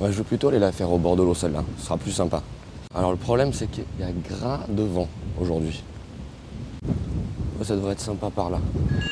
Ouais, je veux plutôt aller la faire au bord de l'eau celle-là, ce sera plus sympa. Alors le problème c'est qu'il y a grain de vent aujourd'hui. Oh, ça devrait être sympa par là.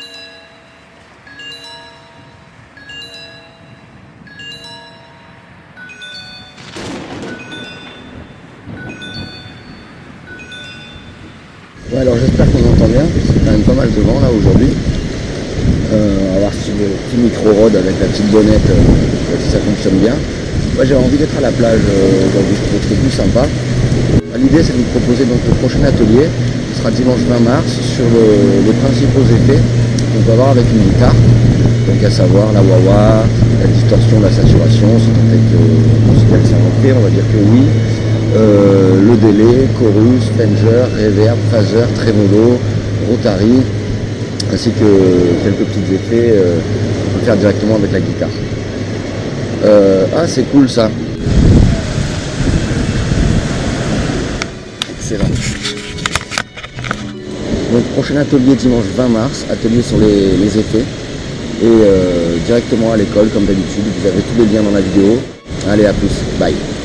Ouais, alors j'espère qu'on entend bien, c'est quand même pas mal de vent là aujourd'hui. On va voir si le petit micro-rod avec la petite bonnette, si ça fonctionne bien. Moi j'avais envie d'être à la plage aujourd'hui, je trouve que c'est plus sympa. L'idée c'est de vous proposer donc le prochain atelier, qui sera dimanche 20 mars, sur les principaux effets qu'on peut avoir avec une guitare. Donc à savoir la wah-wah, la distorsion, la saturation, si tant est qu'on considère que c'est un octet, on va dire que oui. Le délai, chorus, flanger, reverb, phaser, tremolo, rotary, ainsi que quelques petits effets qu'on peut faire directement avec la guitare. Ah, c'est cool ça. Excellent. Donc prochain atelier dimanche 20 mars, atelier sur les effets, et directement à l'école comme d'habitude. Vous avez tous les liens dans la vidéo. Allez, à plus, bye.